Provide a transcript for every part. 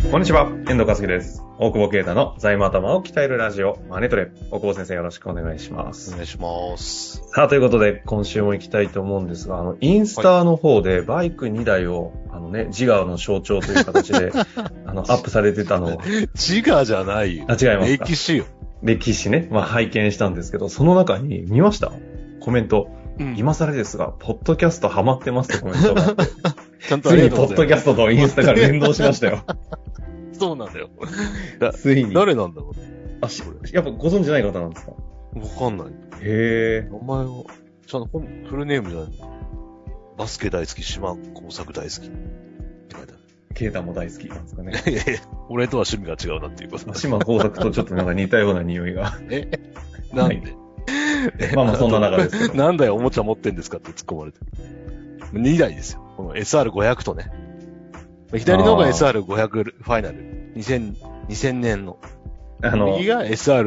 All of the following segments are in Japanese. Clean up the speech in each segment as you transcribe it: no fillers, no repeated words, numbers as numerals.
こんにちは、遠藤和樹です。大久保啓太の財務頭を鍛えるラジオ、マネトレ。大久保先生よろしくお願いします。 お願いします。 さあ、ということで、今週も行きたいと思うんですが、インスタの方でバイク2台を、自我の象徴という形で、アップされてたのを。 自我じゃないよ。 あ、違いますか。 歴史よ。 歴史ね。拝見したんですけど、その中に見ましたコメント。今更ですが、ポッドキャストハマってますってコメントが。 ちゃんとありがとうございます。 ついにポッドキャストとインスタが連動しましたよ。 そうなんだよ。 ついに。 誰なんだろうね。 やっぱご存知ない方なんですか？ わかんない。 へ名前を、ちゃんとフルネームじゃない。バスケ大好き、島工作大好き。って書いてある。 啓太も大好きなんですかね。 いやいや、俺とは趣味が違うなっていうこと。 島工作とちょっとなんか似たような匂いが。 なんで、 まあそんな中ですけど。 なんだよ、おもちゃ持ってんですかって突っ込まれてる。2台ですよ。この SR500 とね。左の方が SR500 ファイナル。2000年の。右が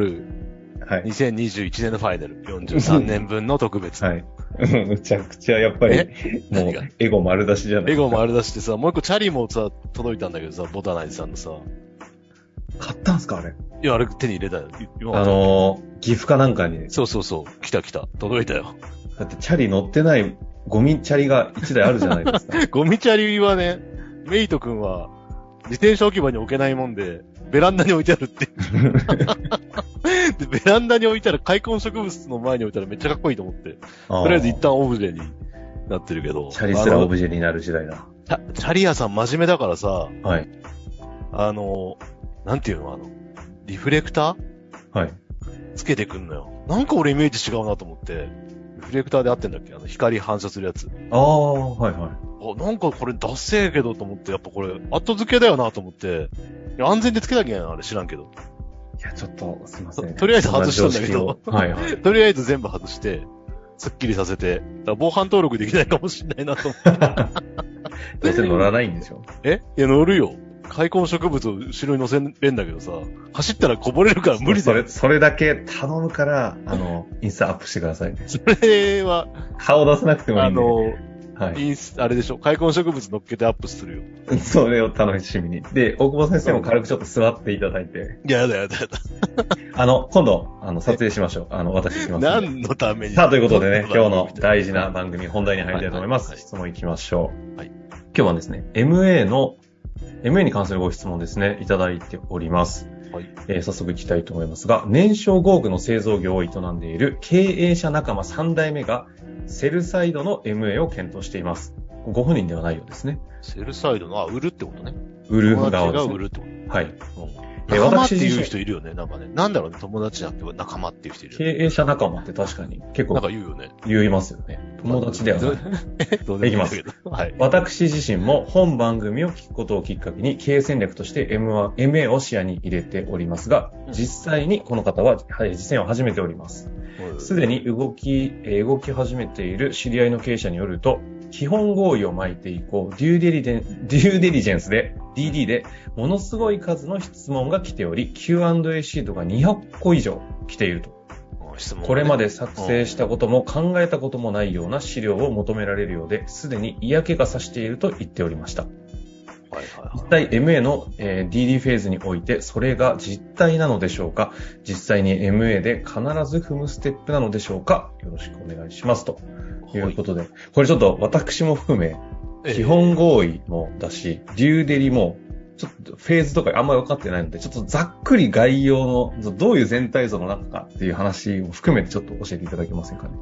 SR2021 年のファイナル。43年分の特別。 はい。むちゃくちゃやっぱり、もう、エゴ丸出しじゃないですか。 エゴ丸出しってさ、もう一個チャリもさ、届いたんだけどさ、ボタナイズさんのさ。 買ったんすかあれ。 いや、あれ手に入れたよ。 岐阜かなんかに。 そう。来た。届いたよ。 だってチャリ乗ってないゴミチャリが1台あるじゃないですか。 ゴミチャリはね、メイト君は、自転車置き場に置けないもんで、ベランダに置いてあるって。で、ベランダに置いたら、開墾植物の前に置いたらめっちゃかっこいいと思って。とりあえず一旦オブジェになってるけど。 チャリすらオブジェになる時代だ。 チャリ屋さん真面目だからさ、 はい。 なんていうのリフレクターはい。 つけてくんのよ。なんか俺イメージ違うなと思って。リフレクターで合ってんだっけ光反射するやつ。 はい。 なんかこれダッセーけどと思って、やっぱこれ後付けだよなと思って。安全でつけなきゃいけないのあれ知らんけど。 いや、ちょっと、すいません。 とりあえず外したんだけど。 はい。 とりあえず全部外して、スッキリさせて、防犯登録できないかもしれないなと思って。 どうせ乗らないんでしょ？ いや、乗るよ。開墾植物を後ろに乗せれんだけどさ、走ったらこぼれるから無理だよ。 それだけ頼むから、インスタアップしてくださいね。 それは、 顔出さなくてもいいんで。 はい。あれでしょ、開墾植物乗っけてアップするよ。 それを楽しみに。で、大久保先生も軽くちょっと座っていただいて。 いやだ。 今度、撮影しましょう。私行きます。 何のために。 さあ、ということでね、今日の大事な番組、本題に入りたいと思います。質問行きましょう。はい。今日はですね、MA に関するご質問ですね、いただいております。はい。早速行きたいと思いますが、燃焼工具の製造業を営んでいる経営者仲間3代目が、セルサイドの MA を検討しています。ご本人ではないようですね。 セルサイドの、売るってことね。 売る側ですね。 友達が売るってこと。 はい。 仲間っていう人いるよね、なんかね。なんだろうね、友達じゃなくて仲間っていう人いるよね。 経営者仲間って確かに結構。 なんか言うよね。 言いますよね。友達ではない。いきます。 はい。 私自身も本番組を聞くことをきっかけに経営戦略として MA を視野に入れておりますが、実際にこの方は実践を始めております。すでに動き始めている知り合いの経営者によると、基本合意を巻いて以降、デューデリジェンスで、DD で、ものすごい数の質問が来ており、Q&A シートが200個以上来ていると。これまで作成したことも考えたこともないような資料を求められるようで、すでに嫌気がさしていると言っておりました。一体 MA の、DD フェーズにおいて、それが実態なのでしょうか？実際に MA で必ず踏むステップなのでしょうか？よろしくお願いしますと。いうことで、これちょっと私も含め、基本合意もだし、デューデリも、ちょっとフェーズとかあんまり分かってないので、ちょっとざっくり概要の、どういう全体像の中かっていう話も含めてちょっと教えていただけませんかね。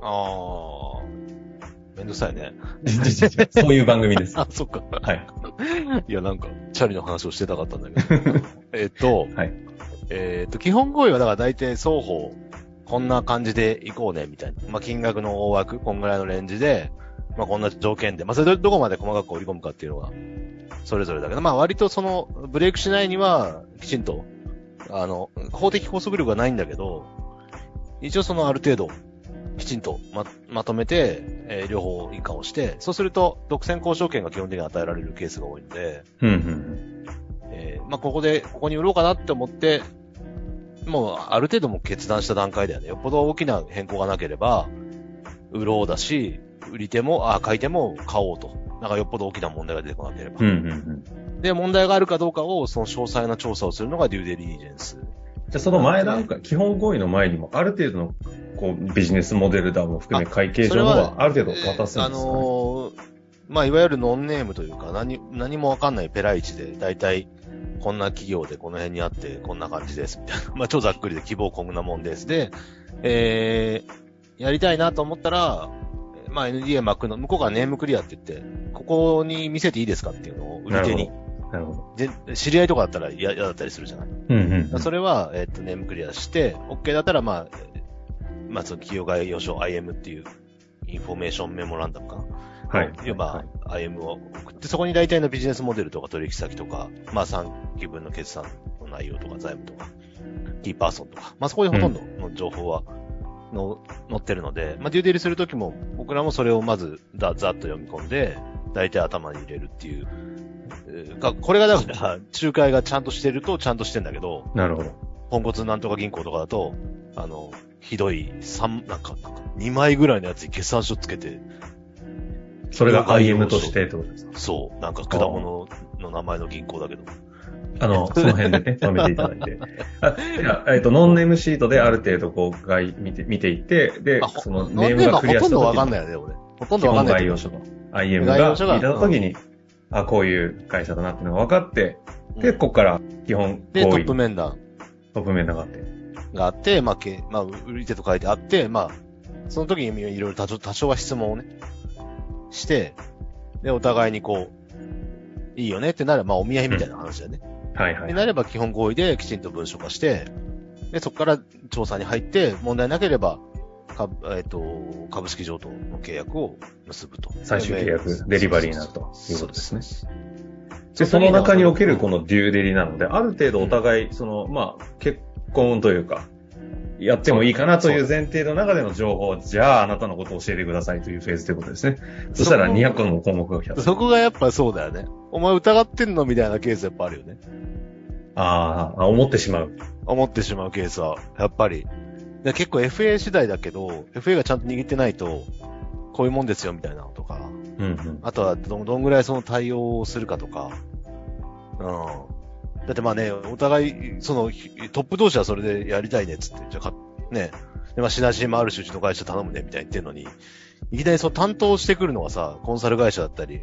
めんどくさいね。 そういう番組です。 あ、そっか。 はい。 いや、なんか、チャリの話をしてたかったんだけど。 はい。 基本合意はだから大体双方、こんな感じで行こうね、みたいな。金額の大枠、こんぐらいのレンジで、こんな条件で、それどこまで細かく織り込むかっていうのが、それぞれだけど、割とブレイクしないには、きちんと、法的拘束力がないんだけど、一応ある程度、きちんとまとめて、両方移管をして、そうすると、独占交渉権が基本的に与えられるケースが多いので、ここに売ろうかなって思って、もう、ある程度も決断した段階ではね、よっぽど大きな変更がなければ、売ろうだし、売り手も、買い手も買おうと。 なんかよっぽど大きな問題が出てこなければ。 うんうんうん。 で、問題があるかどうかを、その詳細な調査をするのがデューデリージェンス。 じゃあその前段階、基本合意の前にも、ある程度の、こう、ビジネスモデルだも含め会計上のは、ある程度渡すんですかね。 まあ、いわゆるノンネームというか、何もわかんないペライチで、だいたい、こんな企業でこの辺にあって、こんな感じです、みたいな。まあ、超ざっくりで希望こんなもんです。で、やりたいなと思ったら、まあ、NDA 巻くの、向こうがネームクリアって言って、ここに見せていいですかっていうのを売り手に。 なるほど。 で、知り合いとかだったら嫌だったりするじゃない。 うんうん。 それは、ネームクリアして、OK だったら、まあ、その企業概要書 IM っていう、インフォメーションメモランダムかな。 はい。 いわば、IM を送って、そこに大体のビジネスモデルとか取引先とか、まあ、3期分の決算の内容とか、財務とか、キーパーソンとか、まあ、そこにほとんどの情報は、載ってるので、まあ、デューデリするときも、僕らもそれをまず、ざっと読み込んで、大体頭に入れるっていう。これがだから、仲介がちゃんとしてるとちゃんとしてんだけど、 なるほど。 ポンコツなんとか銀行とかだと、ひどいなんか2枚ぐらいのやつに決算書つけて、 それが IM としてってことですか？ そう。なんか果物の名前の銀行だけど。 その辺でね、止めていただいて。ノンネームシートである程度こう、見ていって、で、そのネームがクリアした時に。 ほとんどわかんないよね、俺。ほとんどわかんない。 概要書の IM が見た時に、こういう会社だなっていうのが分かって、で、ここから基本で、トップ面談。 トップ面談があって。 まあ、売り手と書いてあって、まあ、その時にいろいろ多少は質問をね、して、で、お互いにこう、いいよねってなれば、まあ、お見合いみたいな話だよね。 はいはい。 でなれば基本合意できちんと文書化して、で、そこから調査に入って、問題なければ、株式譲渡の契約を結ぶと。 最終契約、デリバリーになるということですね。で、その中におけるこのデューデリなので、ある程度お互い、まあ、結婚というか、やってもいいかなという前提の中での情報、じゃああなたのことを教えてくださいというフェーズということですね。そしたら200個の項目が来た。 そこがやっぱそうだよね。お前疑ってんのみたいなケースやっぱあるよね。 思ってしまう。 思ってしまうケースは、やっぱり。結構 FA 次第だけど、FA がちゃんと握ってないと、こういうもんですよみたいなのとか。 うんうん、 あとはどんぐらいその対応をするかとか。だってまあね、お互い、トップ同士はそれでやりたいねっつって、じゃあね、でまあ、シナジーもあるし、うちの会社頼むねみたいに言ってんのに、いきなり担当してくるのがさ、コンサル会社だったり、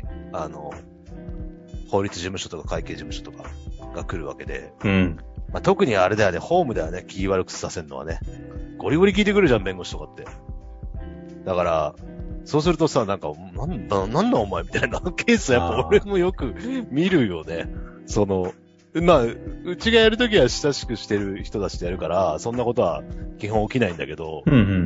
法律事務所とか会計事務所とかが来るわけで、 うん。 まあ、特にあれだよね、ホームだよね、気悪くさせるのはね。ゴリゴリ聞いてくるじゃん、弁護士とかって。だから、そうするとさ、なんか、なんだお前みたいなケースはやっぱ俺もよく見るよね。まあ、うちがやるときは親しくしてる人たちでやるから、そんなことは基本起きないんだけど、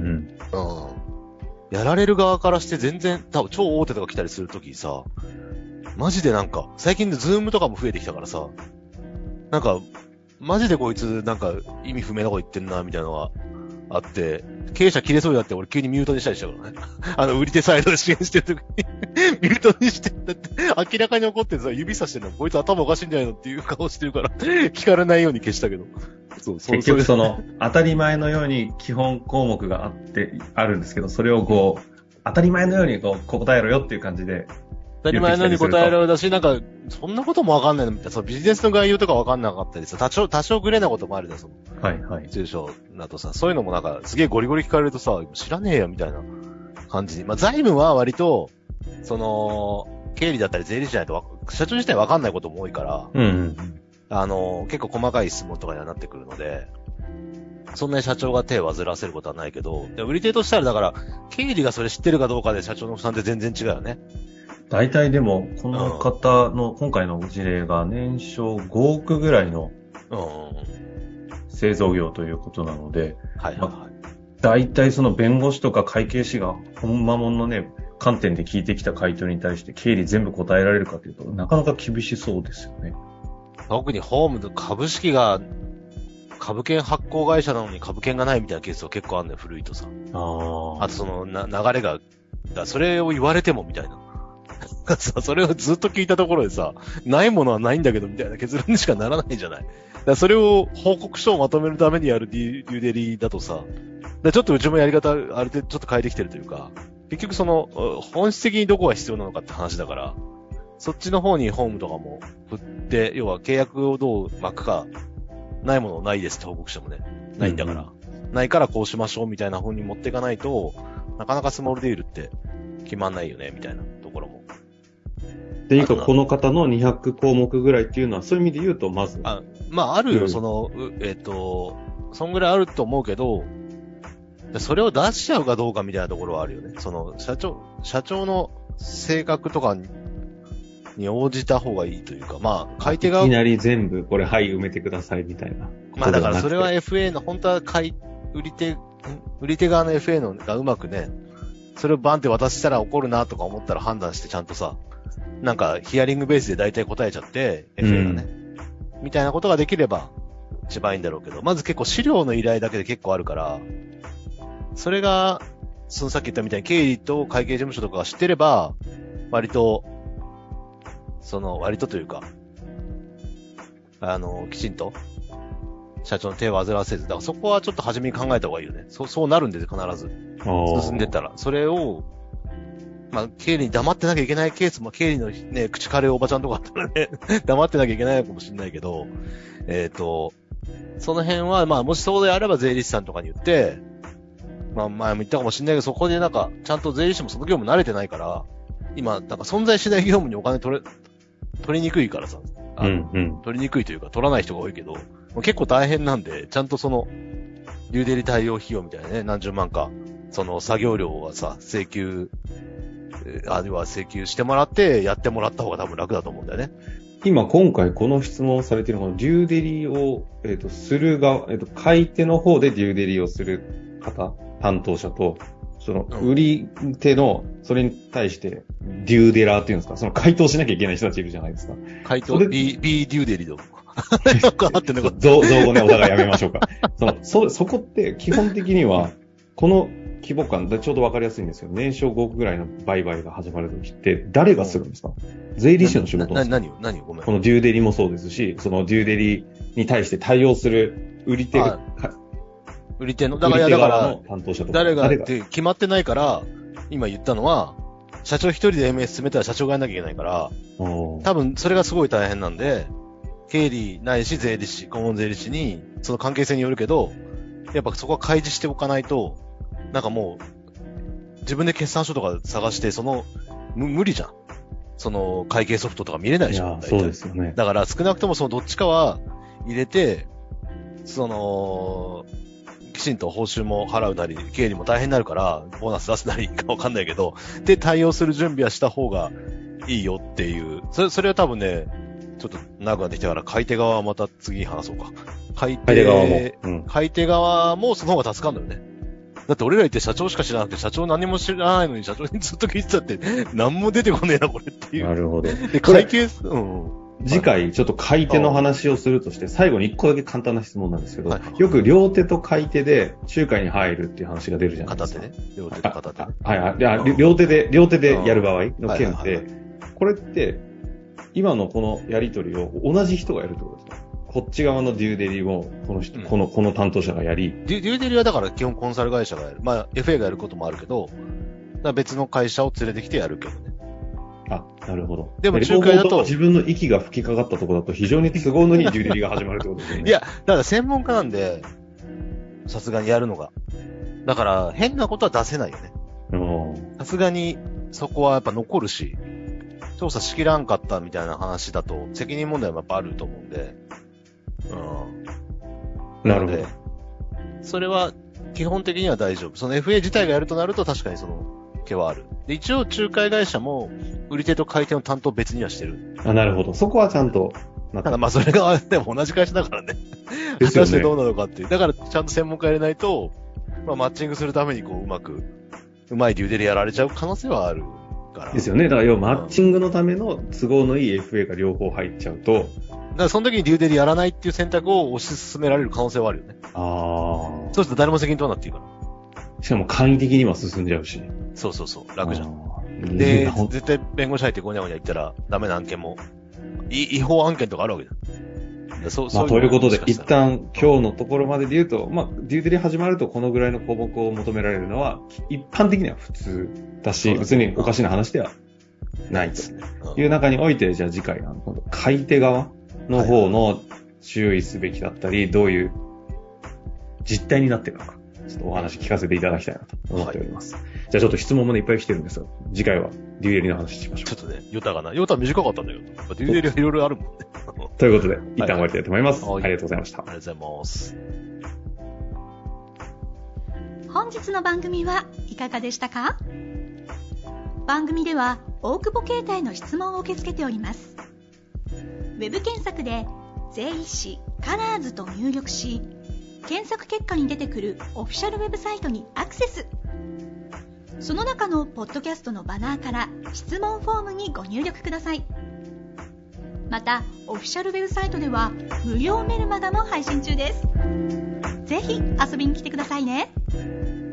やられる側からして全然、多分超大手とか来たりするときさ、マジでなんか、最近でズームとかも増えてきたからさ、なんか、マジでこいつなんか意味不明なこと言ってんな、みたいなのがあって、経営者切れそうになって俺急にミュートにしたりしたからね。売り手サイドで支援してるときにミュートにして、だって明らかに怒ってさ、指さしてるの、こいつ頭おかしいんじゃないのっていう顔してるから、聞かれないように消したけど。 結局当たり前のように基本項目があるんですけど、それを当たり前のように答えろよっていう感じで。 当たり前のように答えられるだし、なんか、そんなこともわかんないのみたいな、ビジネスの概要とかわかんなかったりさ、多少グレなこともあるじゃん、 はいはい。 中小だとさ、そういうのもなんか、すげえゴリゴリ聞かれるとさ、知らねえよ、みたいな感じに。まあ、財務は割と、経理だったり税理士じゃないと、社長自体わかんないことも多いから、結構細かい質問とかにはなってくるので、そんなに社長が手を煩わせることはないけど、売り手としたらだから、経理がそれ知ってるかどうかで社長の負担って全然違うよね。 大体でも、この方の、今回の事例が年商5億ぐらいの製造業ということなので、大体その弁護士とか会計士が本間もんのね、観点で聞いてきた回答に対して経理全部答えられるかというと、なかなか厳しそうですよね。 特にホームの株式が、株券発行会社なのに株券がないみたいなケースは結構あるんだよ、古いとさ。あと流れが、それを言われてもみたいな。それをずっと聞いたところでさ、ないものはないんだけどみたいな結論にしかならないじゃない。それを報告書をまとめるためにやるデューデリだとさ、ちょっとうちもやり方ある程度ちょっと変えてきてるというか、結局本質的にどこが必要なのかって話だから、 そっちの方にホームとかも振って、要は契約をどう巻くか、ないものないですって報告してもね、ないんだから、ないからこうしましょうみたいな風に持っていかないと、なかなかスモールディールって決まんないよね、みたいなところも。 で、この方の200項目ぐらいっていうのは、そういう意味で言うと、まず。 まあ、あるよ、そんぐらいあると思うけど、それを出しちゃうかどうかみたいなところはあるよね。社長の性格とかに応じた方がいいというか、まあ、買い手が。 いきなり全部、これ、はい、埋めてくださいみたいな。 まあ、だからそれは FA の、本当は売り手側の FA のがうまくね、それをバンって渡したら怒るなとか思ったら判断してちゃんとさ、なんかヒアリングベースで大体答えちゃって、FA がね、みたいなことができれば一番いいんだろうけど、まず結構資料の依頼だけで結構あるから、それが、さっき言ったみたいに経理と会計事務所とかが知ってれば、割とというか、きちんと、社長の手を煩わせず、だからそこはちょっと初めに考えた方がいいよね。そうなるんで、必ず。進んでったら。それを、まあ、経理に黙ってなきゃいけないケースも、経理のね、口軽いおばちゃんとかあったらね、黙ってなきゃいけないかもしれないけど、その辺は、まあ、もしそうであれば税理士さんとかに言って、まあ、前も言ったかもしれないけど、そこでなんか、ちゃんと税理士もその業務慣れてないから、今、なんか存在しない業務にお金取りにくいからさ、取りにくいというか、取らない人が多いけど、結構大変なんで、ちゃんとデューデリ対応費用みたいなね、何十万か、作業料はさ、請求してもらって、やってもらった方が多分楽だと思うんだよね。 今回この質問をされているのは、デューデリを、するが、買い手の方でデューデリをする方、担当者と、売り手の、それに対して、デューデラーっていうんですか、回答しなきゃいけない人たちいるじゃないですか。 回答、B デューデリだ。 造語ね、お互いやめましょうか。そこって基本的には、この規模感でちょうどわかりやすいんですよ。年商5億ぐらいの売買が始まるときって、誰がするんですか？税理士の仕事ですか？ 何をごめん。 このデューデリもそうですし、そのデューデリに対して対応する売り手が、 売り手の、だから、 担当者とか誰がって決まってないから、今言ったのは、社長一人で MS 進めたら社長がやんなきゃいけないから、多分それがすごい大変なんで、経理ないし税理士、顧問税理士に、その関係性によるけど、やっぱそこは開示しておかないと、なんかもう、自分で決算書とか探して、無理じゃん。会計ソフトとか見れないじゃん。 そうですよね。 だから少なくともどっちかは入れて、きちんと報酬も払うなり、経理も大変になるから、ボーナス出すなりかわかんないけど、で、対応する準備はした方がいいよっていう。それは多分ね、ちょっと長くなってきたから、買い手側はまた次に話そうか。買い手側もその方が助かるんだよね。だって俺ら言って社長しか知らなくて、社長何も知らないのに社長にずっと聞いてたって、何も出てこねえな、これっていう。 なるほど。 で、会計、 次回、ちょっと買い手の話をするとして、最後に一個だけ簡単な質問なんですけど、よく両手と買い手で仲介に入るっていう話が出るじゃないですか。 片手ね。両手と片手。 はい。両手でやる場合の件って、これって、今のこのやりとりを同じ人がやるってことですか？こっち側のデューデリを、この担当者がやり。 デューデリはだから基本コンサル会社がやる。まあ、FA がやることもあるけど、別の会社を連れてきてやるけどね。 なるほど。 でも仲介だと。 自分の息が吹きかかったところだと非常に都合のいいデューデリが始まるってことですよね。 いや、だから専門家なんで、さすがにやるのが。だから、変なことは出せないよね。さすがに、そこはやっぱ残るし、調査しきらんかったみたいな話だと、責任問題もやっぱあると思うんで、 なるほど。 それは、基本的には大丈夫。その FA 自体がやるとなると確かに毛はある。で、一応仲介会社も、売り手と買い手の担当別にはしてる。 なるほど。そこはちゃんと。 ただまあそれが、でも同じ会社だからね。果たしてどうなのかっていう。だからちゃんと専門家入れないと、まあマッチングするためにうまいデューデリやられちゃう可能性はあるから。 ですよね。だから要はマッチングのための都合のいい FA が両方入っちゃうと。だからその時にデューデリやらないっていう選択を推し進められる可能性はあるよね。そうすると誰も責任取らなくていいから。 しかも簡易的には進んじゃうし。 そう。楽じゃん。で、絶対弁護士入ってゴニャゴニャ言ったらダメな案件も、違法案件とかあるわけだ。 ということで、一旦今日のところまでで言うと、デューデリ始まるとこのぐらいの項目を求められるのは、一般的には普通だし、別におかしな話ではないという中において、じゃあ次回今度買い手側の方の注意すべきだったり、どういう実態になっているのか、ちょっとお話聞かせていただきたいなと思っております。じゃあちょっと質問もねいっぱい来てるんですが、次回はデュエリの話しましょう。 ちょっとね、ヨタがな。ヨタ短かったんだけど、デュエリはいろいろあるもんね。 ということで、一旦終わりたいと思います。ありがとうございました。 ありがとうございます。 本日の番組はいかがでしたか？番組では大久保携帯の質問を受け付けております。ウェブ検索で税理士カラーズと入力し、検索結果に出てくるオフィシャルウェブサイトにアクセス。その中のポッドキャストのバナーから質問フォームにご入力ください。またオフィシャルウェブサイトでは無料メルマガも配信中です。ぜひ遊びに来てくださいね。